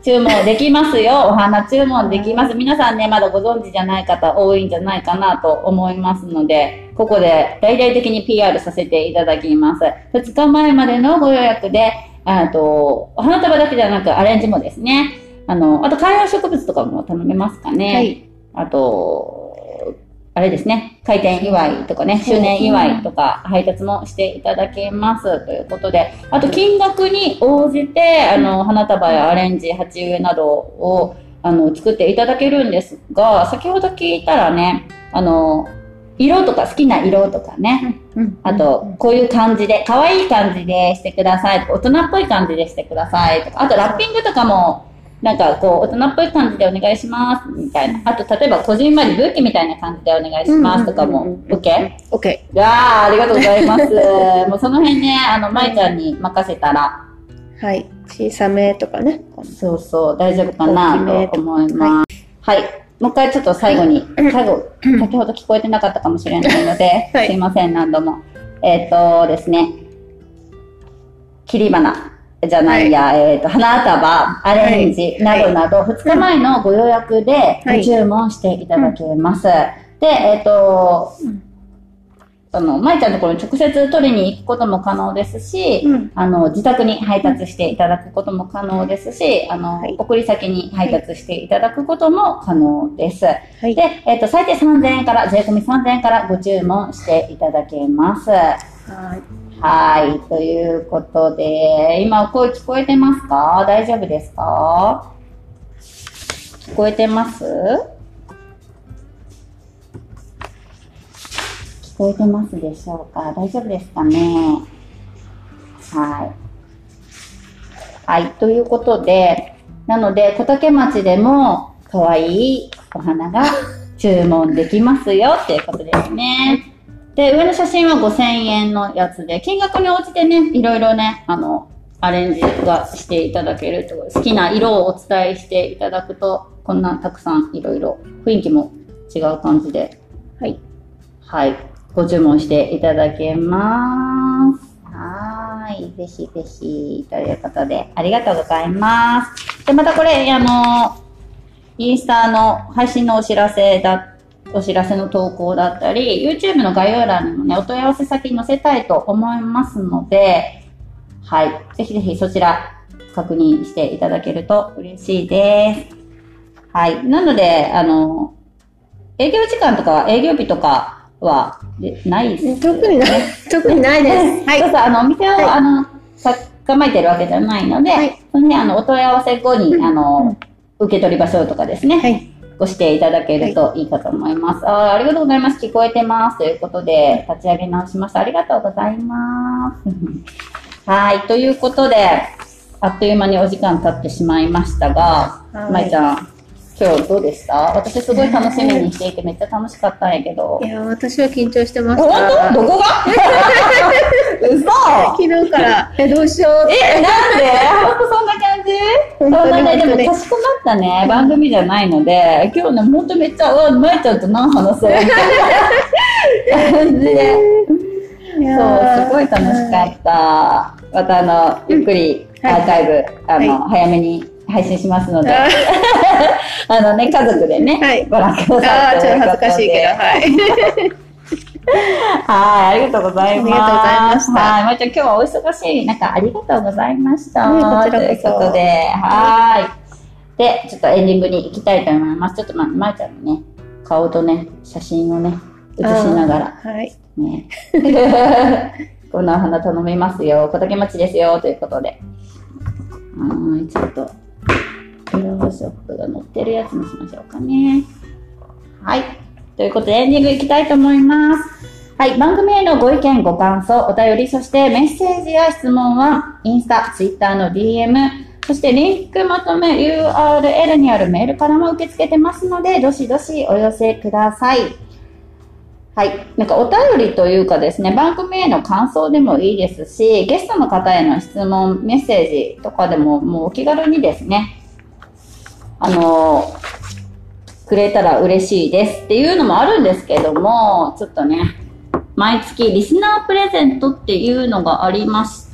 注文できますよ。お花注文できます。皆さんね、まだご存知じゃない方多いんじゃないかなと思いますので、ここで大々的に ピーアール させていただきます。ふつかまえまでのご予約で、あと、お花束だけじゃなくアレンジもですね。あの、あと観葉植物とかも頼めますかね。 はい。 あと、あれですね、開店祝いとかね、周年祝いとか配達もしていただけますということで、あと金額に応じて、あの、花束やアレンジ、鉢植えなどを、あの、作っていただけるんですが、先ほど聞いたらね、あの、色とか好きな色とかね、あと、こういう感じで、可愛い感じでしてくださいとか、大人っぽい感じでしてくださいとか、あとラッピングとかも、なんかこう、大人っぽい感じでお願いします、みたいな。あと、例えば、こじんまりブーケみたいな感じでお願いしますとかも、OK？ OK。 いやー、ありがとうございます。もうその辺ね、あの、まいちゃんに任せたら。 はい。小さめとかね。 そうそう、大丈夫かなと思います。はい。もう一回ちょっと最後に、最後、先ほど聞こえてなかったかもしれないので、はい、すいません、何度も。えっとですね、切り花。じゃないや、はい、えっと、花束、アレンジなどなど、ふつかまえのご予約でご注文していただけます。はい、で、えっと、あの、まいちゃんのところに直接取りに行くことも可能ですし、うん、あの、自宅に配達していただくことも可能ですし、あの、はい、送り先に配達していただくことも可能です。はい、で、えっと、最低さんぜんえんから、税込みさんぜんえんからご注文していただけます。はい。はい。ということで、今声聞こえてますか？大丈夫ですか？聞こえてます？聞こえてますでしょうか？大丈夫ですかね？はい。はい。ということで、なので、小竹町でも可愛いお花が注文できますよっていうことですね。で、上の写真はごせんえんのやつで、金額に応じてね、いろいろね、あの、アレンジがしていただけると、好きな色をお伝えしていただくと、こんなたくさんいろいろ、雰囲気も違う感じで、はい。はい。ご注文していただけます。はい。ぜひぜひ、ということで、ありがとうございます。で、またこれ、あの、インスタの配信のお知らせだったお知らせの投稿だったり、YouTube の概要欄にもね、お問い合わせ先載せたいと思いますので、はい。ぜひぜひそちら確認していただけると嬉しいです。はい。なので、あの、営業時間とか営業日とかはないです、ね。 特にない、特にないです。 はい。そうそう、あの、お店を、はい、あの、捕まえてるわけじゃないので、はい、そのね、あの、お問い合わせ後に、うん、あの、うん、受け取り場所とかですね。はい。ご指定いただけるといいかと思います。はい、あ, ありがとうございます。聞こえてます。ということで、立ち上げ直しました。ありがとうございます。はい。ということで、あっという間にお時間経ってしまいましたが、まいちゃん、今日どうでした？私すごい楽しみにしていてめっちゃ楽しかったんやけど。 いや、私は緊張してました。 本当？どこが嘘昨日から、え、どうしようって。 え、なんで本当そんな感じそんなね、でもかしこまったね、番組じゃないので、今日ね、ほんとめっちゃ、うわ、まいちゃんと何話そうみたいな感じで。そう、すごい楽しかった。またあの、ゆっくりアーカイブ、はい、あの、はい、早めに配信しますので、あのね、家族でね、はい、ご覧ください。 ああ、ちょっと恥ずかしいけど、はい。 はい、ありがとうございます。 ありがとうございました。 はい、まいちゃん今日はお忙しい中ありがとうございました。ね、こちらこそ。ということで、はい。で、ちょっとエンディングに行きたいと思います。ちょっとま、まいちゃんのね、顔とね、写真をね、写しながら、 はい。 ね。こんなお花頼みますよ。小竹町ですよ、ということで。はい、ちょっと、フラワーショップが載ってるやつにしましょうかね。はい。ということで、エンディングいきたいと思います。はい。番組へのご意見、ご感想、お便り、そしてメッセージや質問は、インスタ、ツイッターの ディーエム、そしてリンクまとめ ユーアールエル にあるメールからも受け付けてますので、どしどしお寄せください。はい。なんかお便りというかですね、番組への感想でもいいですし、ゲストの方への質問、メッセージとかでも、もうお気軽にですね、あのー、くれたら嬉しいですっていうのもあるんですけども、ちょっとね、 毎月リスナープレゼントっていうのがありまして、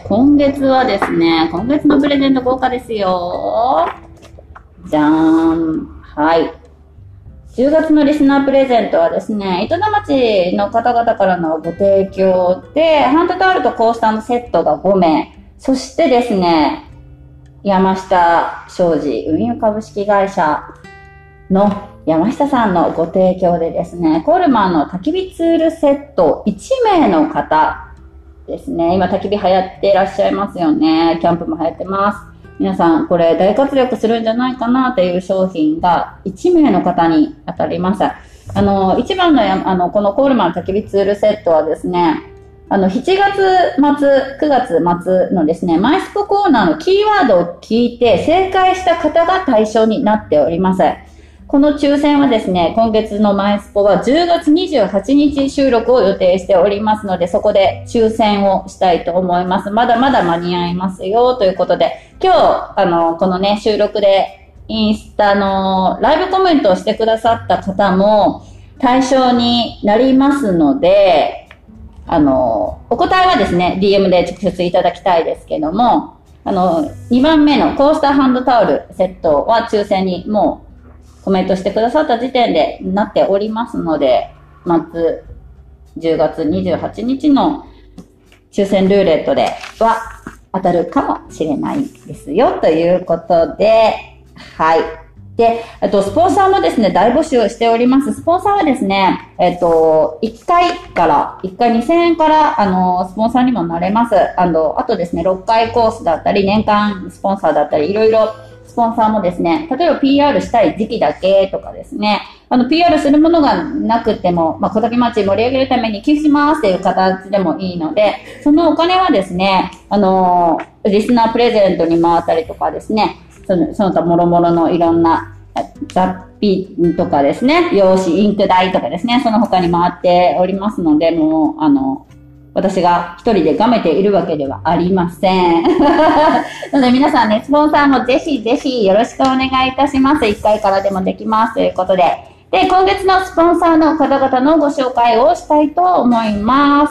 今月はですね、今月のプレゼント豪華ですよ。じゃーん。はい。じゅうがつのリスナープレゼントはですね、糸田町の方々からのご提供で、ハンドタオルとコースターのセットがごめい、そしてですね、山下商事運輸株式会社の山下さんのご提供でですね、コールマンの焚き火ツールセットいちめいの方ですね、今焚き火流行っていらっしゃいますよね。キャンプも流行ってます。皆さんこれ大活躍するんじゃないかなという商品がいちめいの方に当たります。あの、一番のあの、このコールマン焚き火ツールセットはですね、あの、しちがつまつ、くがつまつのですね、マイスポコーナーのキーワードを聞いて正解した方が対象になっております。この抽選はですね、今月のマイスポはじゅうがつにじゅうはちにち収録を予定しておりますので、そこで抽選をしたいと思います。まだまだ間に合いますよということで、今日、あの、このね、収録でインスタのライブコメントをしてくださった方も対象になりますので、あの、お答えはですね、ディーエム で直接いただきたいですけども、あの、にばんめのコースターハンドタオルセットは抽選にもうコメントしてくださった時点でなっておりますので、まずじゅうがつにじゅうはちにちの抽選ルーレットでは当たるかもしれないですよということで、はい。で、あと、スポンサーもですね、大募集をしております。スポンサーはですね、えっと、いっかいから、いっかいにせんえんから、あの、スポンサーにもなれます。あの、あとですね、ろっかいコースだったり、年間スポンサーだったり、いろいろ、スポンサーもですね、例えば ピーアール したい時期だけとかですね、あの ピーアール するものがなくても、まあ、小竹町盛り上げるために寄付しますっていう形でもいいので、そのお金はですね、あのー、リスナープレゼントに回ったりとかですね、その、その他諸々のいろんな雑費とかですね、用紙、インク代とかですね、その他に回っておりますので、もう、あの、私が一人でがめているわけではありません。なので皆さんね、スポンサーもぜひぜひよろしくお願いいたします。いっかいからでもできますということで。で、今月のスポンサーの方々のご紹介をしたいと思います。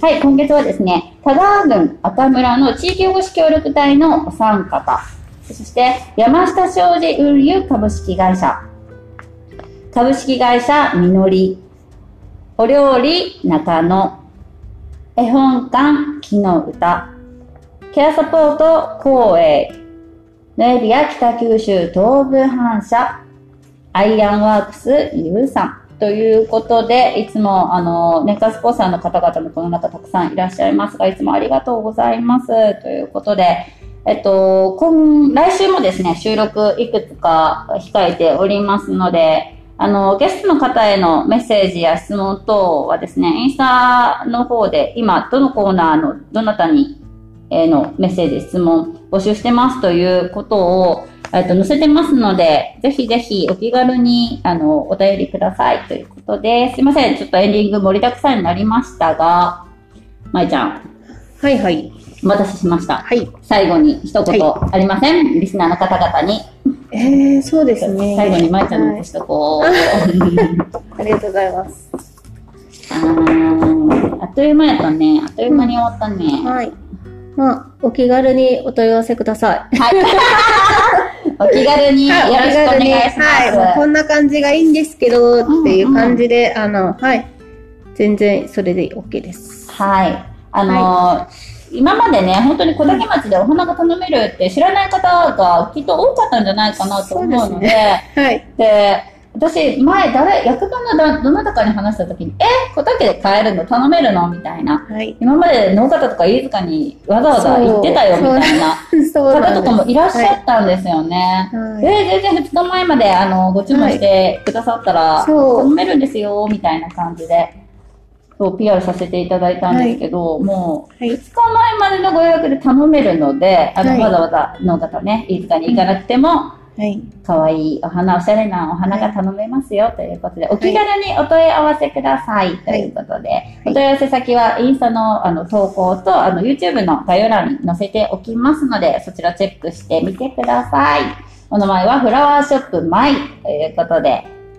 はい、今月はですね、田川郡赤村の地域おこし協力隊のお三方、そして山下商事運輸株式会社、株式会社みのり、お料理中野、絵本館木の歌、ケアサポート光栄、ノエビア北九州東部反射、アイアンワークスゆうさんということで、いつもあの年間スポンサーの方々もこの中たくさんいらっしゃいますが、いつもありがとうございますということで、えっと今来週もですね、収録いくつか控えておりますので、あの、ゲストの方へのメッセージや質問等はですね、インスタの方で今、どのコーナーのどなたにへのメッセージ、質問募集してますということを、えっと、載せてますので、ぜひぜひお気軽に、あの、お便りくださいということで、すいません、ちょっとエンディング盛りだくさんになりましたが、まいちゃん。 はいはい。 お待たせしました。 はい。 最後に一言ありません、はい、リスナーの方々に。 えー、そうですね。 最後にまいちゃんの残しとこう。はい、 ありがとうございます。 あー、あっという間やったね。あっという間に終わったね。 うん、はい。まあ、お気軽にお問い合わせください。はい。 お気軽によろしくお願いします。 はい。はい、こんな感じがいいんですけど、っていう感じで、うんうん、あの、はい。全然それで OK です。 はい。あのー、はい今までね、本当に小竹町でお花が頼めるって知らない方がきっと多かったんじゃないかなと思うので、で、ねはい、で私、前、誰、役場のだどなたかに話したときに、え、小竹で買えるの頼めるのみたいな、はい。今まで農方とか飯塚にわざわざ行ってたよみたいな方とかもいらっしゃったんですよね。はい、で、全然ふつかまえまであのご注文してくださったら、はい、頼めるんですよ、みたいな感じで。そう、ピーアール させていただいたんですけど、はい、もう、ふつかまえまでのご予約で頼めるので、あの、はい、わざわざ農方ね、飯塚に行かなくても、はい。かわいいお花、おしゃれなお花が頼めますよ、ということで、お気軽にお問い合わせください、ということで、はい、お問い合わせ先は、インスタのあの投稿と、あの、YouTube の概要欄に載せておきますので、そちらチェックしてみてください。お名前はフラワーショップマイということで、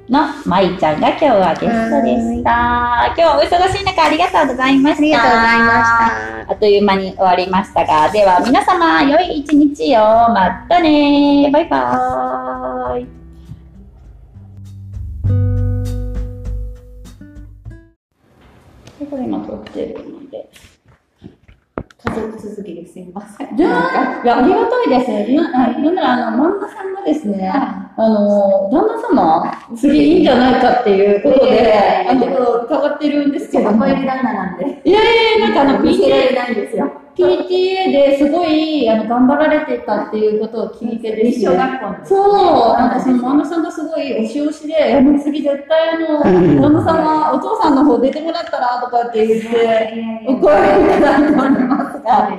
のまいちゃんが今日はゲストでした。今日はお忙しい中ありがとうございました。 ありがとうございました。 あっという間に終わりましたが、では皆様良い一日を。またねー。バイバーイ。でこれ今撮ってるので。 家族続きですいません。 じゃあ、いや、ありがたいです。な、なんなら、あの、漫画さんがですね、あの、旦那様、次いいんじゃないかっていうことで、あの、伺ってるんですけども。 声入り旦那なんで。 いやいや、なんかあの、 見せられないんですよ。 ピーティーエー ですごい、あの、頑張られてたっていうことを聞いてですね。 小学校の。 そう、なんかその、旦那さんがすごい押し押しで、もう次絶対あの、旦那さんはお父さんの方出てもらったらとかって言って、お声いただいておりますが。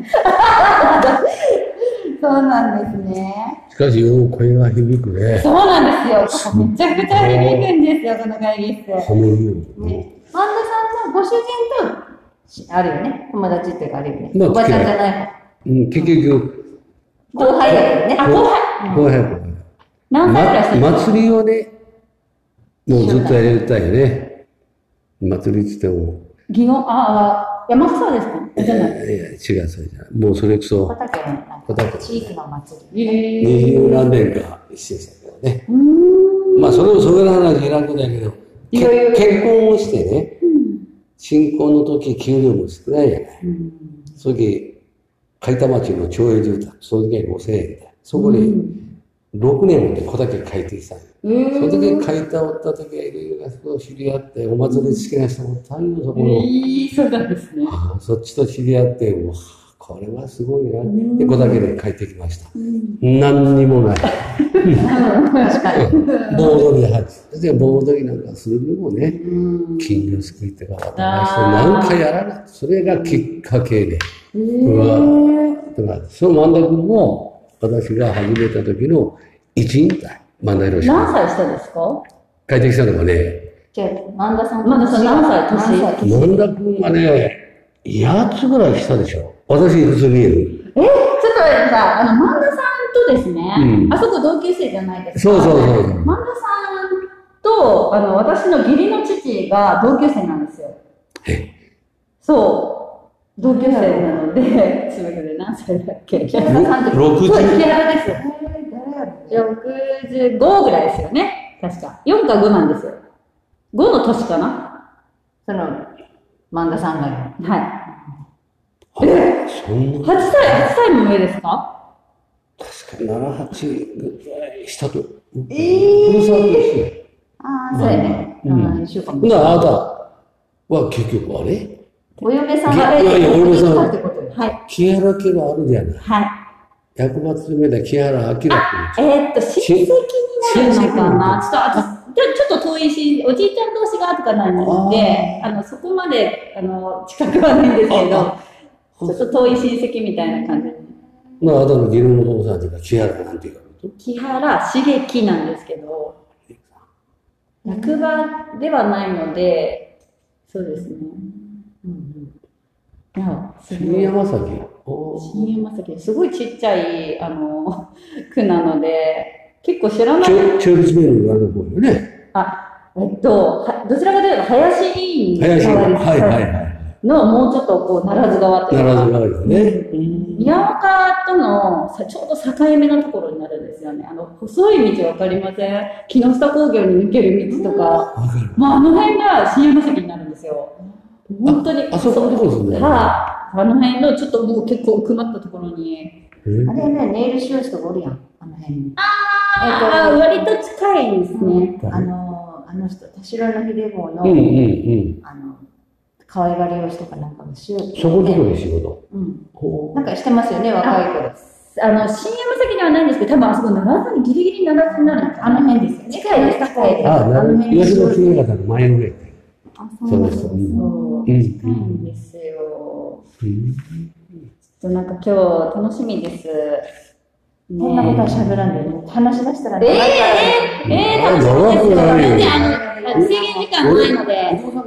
そうなんですね。 しかし、よう声が響くね。 そうなんですよ。めちゃくちゃ響くんですよ、この会議室。 ハモるよね。 旦那さんのご主人と、あるよね。友達っていうかあるよね。 まあおばちゃんじゃないうん、結局、 後輩だけどね。 あ、後輩。 後輩後輩。 何歳ぐらいしてるま、祭りをね、もうずっとやりたいよね。祭りって言っても。 祇園、ああ、山草ですかじゃない。 いや、違う、それじゃもうそれこそ、 小竹の小竹地域の祭り。 え二十何年かしてたけどね。 ー。うーん。 まあ、それもそれの話いらんことだけど、 いやいやいや結婚をしてね、新婚の時給料も少ないじゃない。その時、海田町の町営住宅、その時はごせんえんで、そこにろくねんもって小竹帰ってきたの。その時海田おった時はいろいろな人と知り合って、お祭り好きな人もたんよ、そこの。 えー、そうなんですね。 ああそっちと知り合って、もう、これはすごいな。で、小竹で帰ってきました。何にもない。 確かに。 盆踊りで入って。で、盆踊りなんかするのもね、金魚すくいってか、渡して何回やらなくて、それがきっかけで。うわだから、その万田君も、私が始めた時の一員だ。万田博何歳下ですか？ 帰ってきたのがね、 じゃあ、萬田さん。 萬田さん何歳年年万田君がね、やっつぐらい下でしょ。私いくつ見える？ え、ちょっと待ってさ、あの、万田さんとですね、 うんあそこ同級生じゃないですか。 そうそうそうそう。 萬田さんと、あの、私の義理の父が同級生なんですよ。 えそう。同級生なので、すみません、何歳だっけ？ 木原さんってろくじゅうそう、木原です。 誰やろろくじゅうごぐらいですよね。確か。よんかごなんですよ。ごの年かな？ その、萬田さんがよ。 はい。 あそんな、 はちさい、はちさいも上ですか？ 確かなな、はちぐらい下と。えぇ、黒沢と一緒や。 ああ、そうやね。 うんああ、一週間ほんならあなたは結局あれお嫁さんがいやいやお嫁さん来たってことよ。 はい。 木原家があるじゃない。 はい。 百末目で木原明君。 えーっと、親戚になるのかなちょっと、あと、ちょちょっと遠いし、おじいちゃん同士がとかなので、あの、そこまで、あの、近くはないんですけど、ちょっと遠い親戚みたいな感じ。 なあ、あなたの義理のお父さんというか、木原なんていうか木原茂樹なんですけど、役場ではないので、そうですね。うんうん。いや、すごい新山崎。おー新山崎、すごいちっちゃい、あの、区なので、結構知らない。 町立名の裏の方よね。 あ、えっと、はどちらかというと、林委員林側ですはいはいはい。 の、もうちょっとこう、奈良津川というか。 奈良津川よね。 宮岡とのさちょうど境目のところになるんですよね。あの、細い道わかりません？木下工業に抜ける道とか。 わかる。 まあ、あの辺が新山崎になるんですよ。本当に。 あそこのところですね。 はい。あの辺のちょっともう結構奥まったところに。 えーあれね、ネイルしよう人がおるやん、あの辺に。 ああ、割と近いですね。 あの、あの人、田代の秀坊の、 うんうんうん。 あの、可愛がりをしとかなんかもしようって、 そこのところで仕事。 うん。 ほなんかしてますよね、若い頃。 あの、新山崎ではないんですけど、多分あそこ奈良津にギリギリ奈良津になるんですよあの辺ですよね。 近いです、近いです。 ああ、なるほど。 辺吉野清方の前の上。 あ、 そそううそうですうんそう、 うん近いんですよ。 うんちょっとなんか今日楽しみです。 こんなことは喋らんで、ね、話し出したらえー、 ね、 えー、えー、楽しみですよ。全然あの、制限時間ないので。